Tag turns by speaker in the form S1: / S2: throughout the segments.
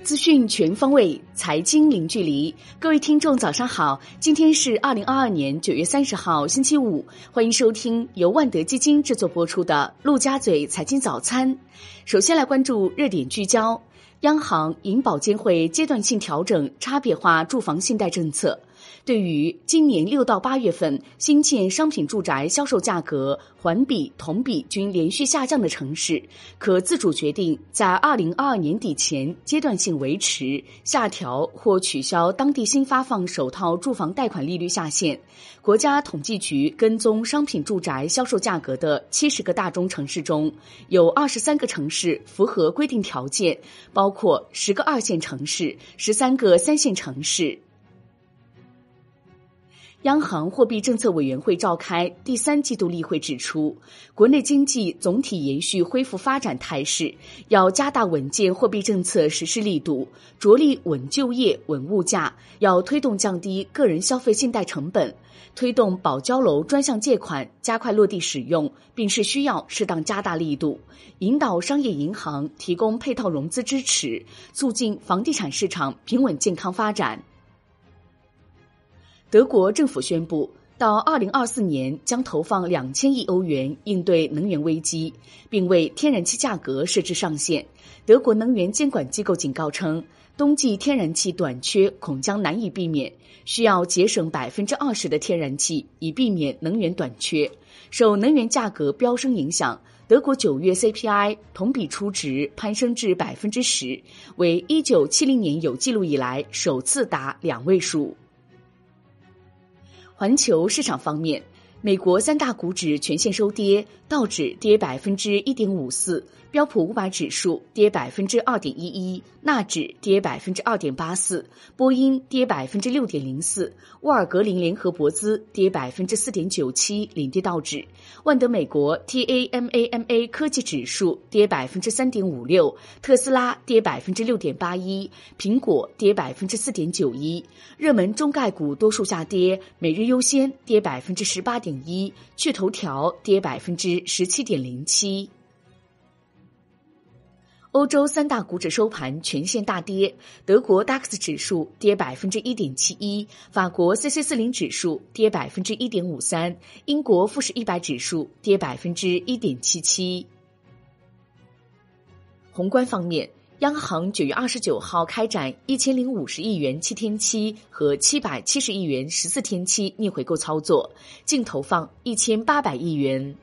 S1: 资讯全方位，财经零距离。各位听众早上好，今天是2022年9月30号星期五，欢迎收听由万德基金制作播出的陆家嘴财经早餐。首先来关注热点聚焦，央行银保监会阶段性调整差别化住房信贷政策。对于今年6到8月份新建商品住宅销售价格环比、同比均连续下降的城市，可自主决定在2022年底前阶段性维持、下调或取消当地新发放首套住房贷款利率下限。国家统计局跟踪商品住宅销售价格的70个大中城市中，有23个城市符合规定条件，包括10个2线城市、13个3线城市。央行货币政策委员会召开第3季度例会指出，国内经济总体延续恢复发展态势，要加大稳健货币政策实施力度，着力稳就业、稳物价，要推动降低个人消费信贷成本，推动保交楼专项借款加快落地使用，并是需要适当加大力度，引导商业银行提供配套融资支持，促进房地产市场平稳健康发展。德国政府宣布，到2024年将投放2000亿欧元应对能源危机，并为天然气价格设置上限。德国能源监管机构警告称，冬季天然气短缺恐将难以避免，需要节省20%的天然气，以避免能源短缺。受能源价格飙升影响，德国9月 CPI 同比初值攀升至10%，为1970年有记录以来首次达2位数。环球市场方面，美国3大股指全线收跌，道指跌1.54%，标普500指数跌2.11%，纳指跌2.84%，波音跌6.04%，沃尔格林联合柏兹跌4.97%，领跌道指。万德美国 TAMAMA 科技指数跌3.56%，特斯拉跌6.81%，苹果跌4.91%。热门中概股多数下跌，每日优先跌18.1%，趣头条跌17.07%。欧洲3大股指收盘全线大跌，德国 DAX 指数跌1.71%，法国 CAC40 指数跌1.53%，英国富时100指数跌1.77%。宏观方面，央行9月29号开展1050亿元7天期和770亿元14天期逆回购操作，净投放1800亿元。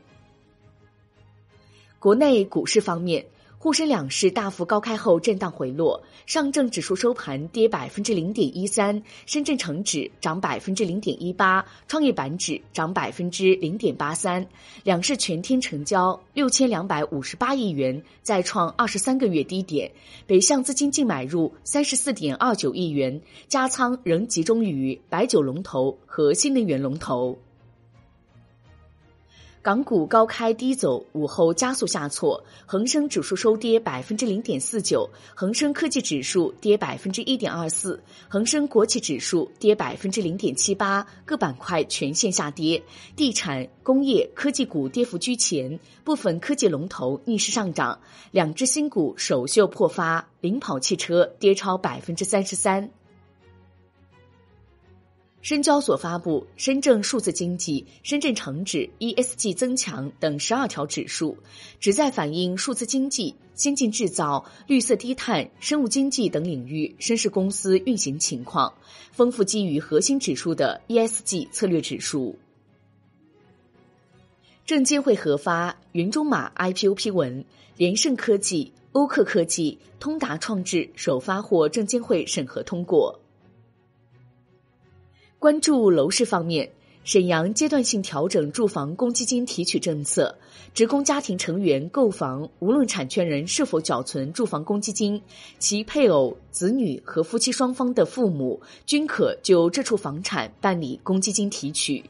S1: 国内股市方面，沪深两市大幅高开后震荡回落，上证指数收盘跌0.13%，深圳成指涨0.18%，创业板指涨0.83%。两市全天成交6258亿元，再创23个月低点。北向资金净买入34.29亿元，加仓仍集中于白酒龙头和新能源龙头。港股高开低走，午后加速下挫，恒生指数收跌0.49%，恒生科技指数跌1.24%，恒生国企指数跌0.78%，各板块全线下跌，地产、工业、科技股跌幅居前，部分科技龙头逆势上涨，2只新股首秀破发，领跑汽车跌超33%。深交所发布深圳数字经济、深圳成指 ESG 增强等12条指数，旨在反映数字经济、先进制造、绿色低碳、生物经济等领域深市公司运行情况，丰富基于核心指数的 ESG 策略指数。证监会核发云中马 IPO 批文，联盛科技、欧克科技、通达创智首发获证监会审核通过。关注楼市方面，沈阳阶段性调整住房公积金提取政策，职工家庭成员购房，无论产权人是否缴存住房公积金，其配偶、子女和夫妻双方的父母均可就这处房产办理公积金提取。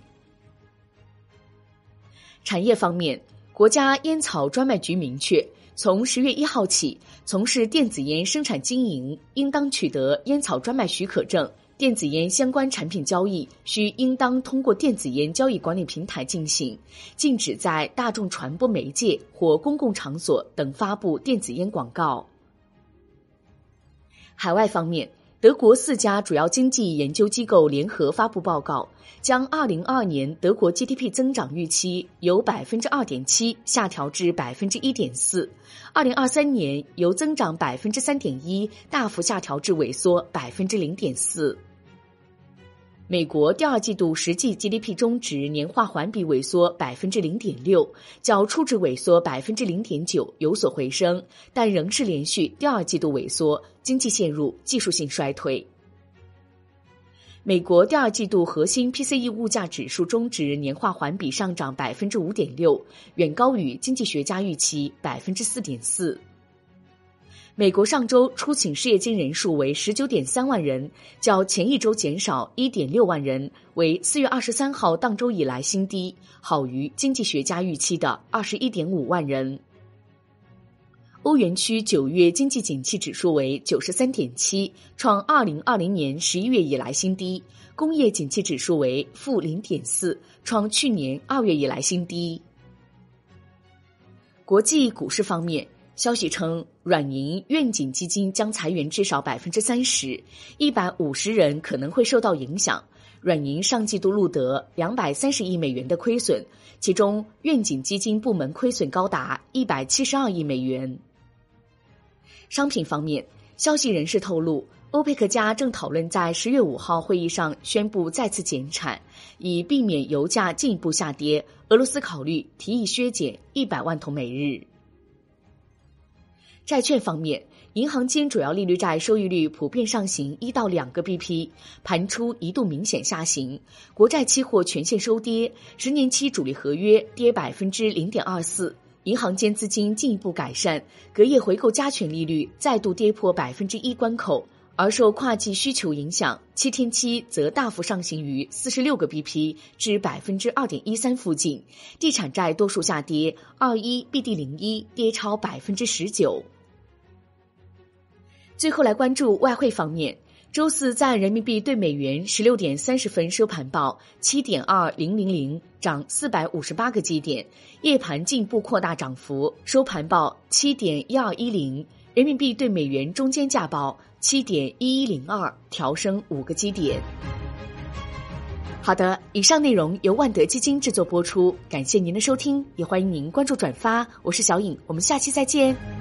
S1: 产业方面，国家烟草专卖局明确，从10月1号起，从事电子烟生产经营应当取得烟草专卖许可证，电子烟相关产品交易应当通过电子烟交易管理平台进行，禁止在大众传播媒介或公共场所等发布电子烟广告。 海外方面，德国4家主要经济研究机构联合发布报告，将2022年德国 GDP 增长预期由 2.7% 下调至 1.4%， 2023年由增长 3.1% 大幅下调至萎缩 0.4%。美国第二季度实际 GDP 中值年化环比萎缩 0.6%， 较初值萎缩 0.9% 有所回升，但仍是连续第二季度萎缩，经济陷入技术性衰退。美国第二季度核心 PCE 物价指数中值年化环比上涨 5.6%， 远高于经济学家预期 4.4%。美国上周出请失业金人数为 19.3 万人，较前一周减少 1.6 万人，为4月23号当周以来新低，好于经济学家预期的 21.5 万人。欧元区9月经济景气指数为 93.7， 创2020年11月以来新低，工业景气指数为 -0.4， 创去年2月以来新低。国际股市方面，消息称，软银愿景基金将裁员至少 30%，150人可能会受到影响。软银上季度录得230亿美元的亏损，其中愿景基金部门亏损高达172亿美元。商品方面，消息人士透露，欧佩克加正讨论在10月5号会议上宣布再次减产，以避免油价进一步下跌。俄罗斯考虑提议削减100万桶每日。债券方面，银行间主要利率债收益率普遍上行1到2个 BP， 盘初一度明显下行，国债期货全线收跌，10年期主力合约跌 0.24%， 银行间资金进一步改善，隔夜回购加权利率再度跌破 1% 关口，而受跨季需求影响，7天期则大幅上行于46个 BP 至 2.13% 附近，地产债多数下跌，21BD01 跌超 19%。最后来关注外汇方面，周四在人民币对美元16点30分收盘报 7.2000， 涨458个基点，夜盘进一步扩大涨幅，收盘报 7.1210， 人民币对美元中间价报 7.1102， 调升5个基点。好的，以上内容由万德基金制作播出，感谢您的收听，也欢迎您关注转发，我是小颖，我们下期再见。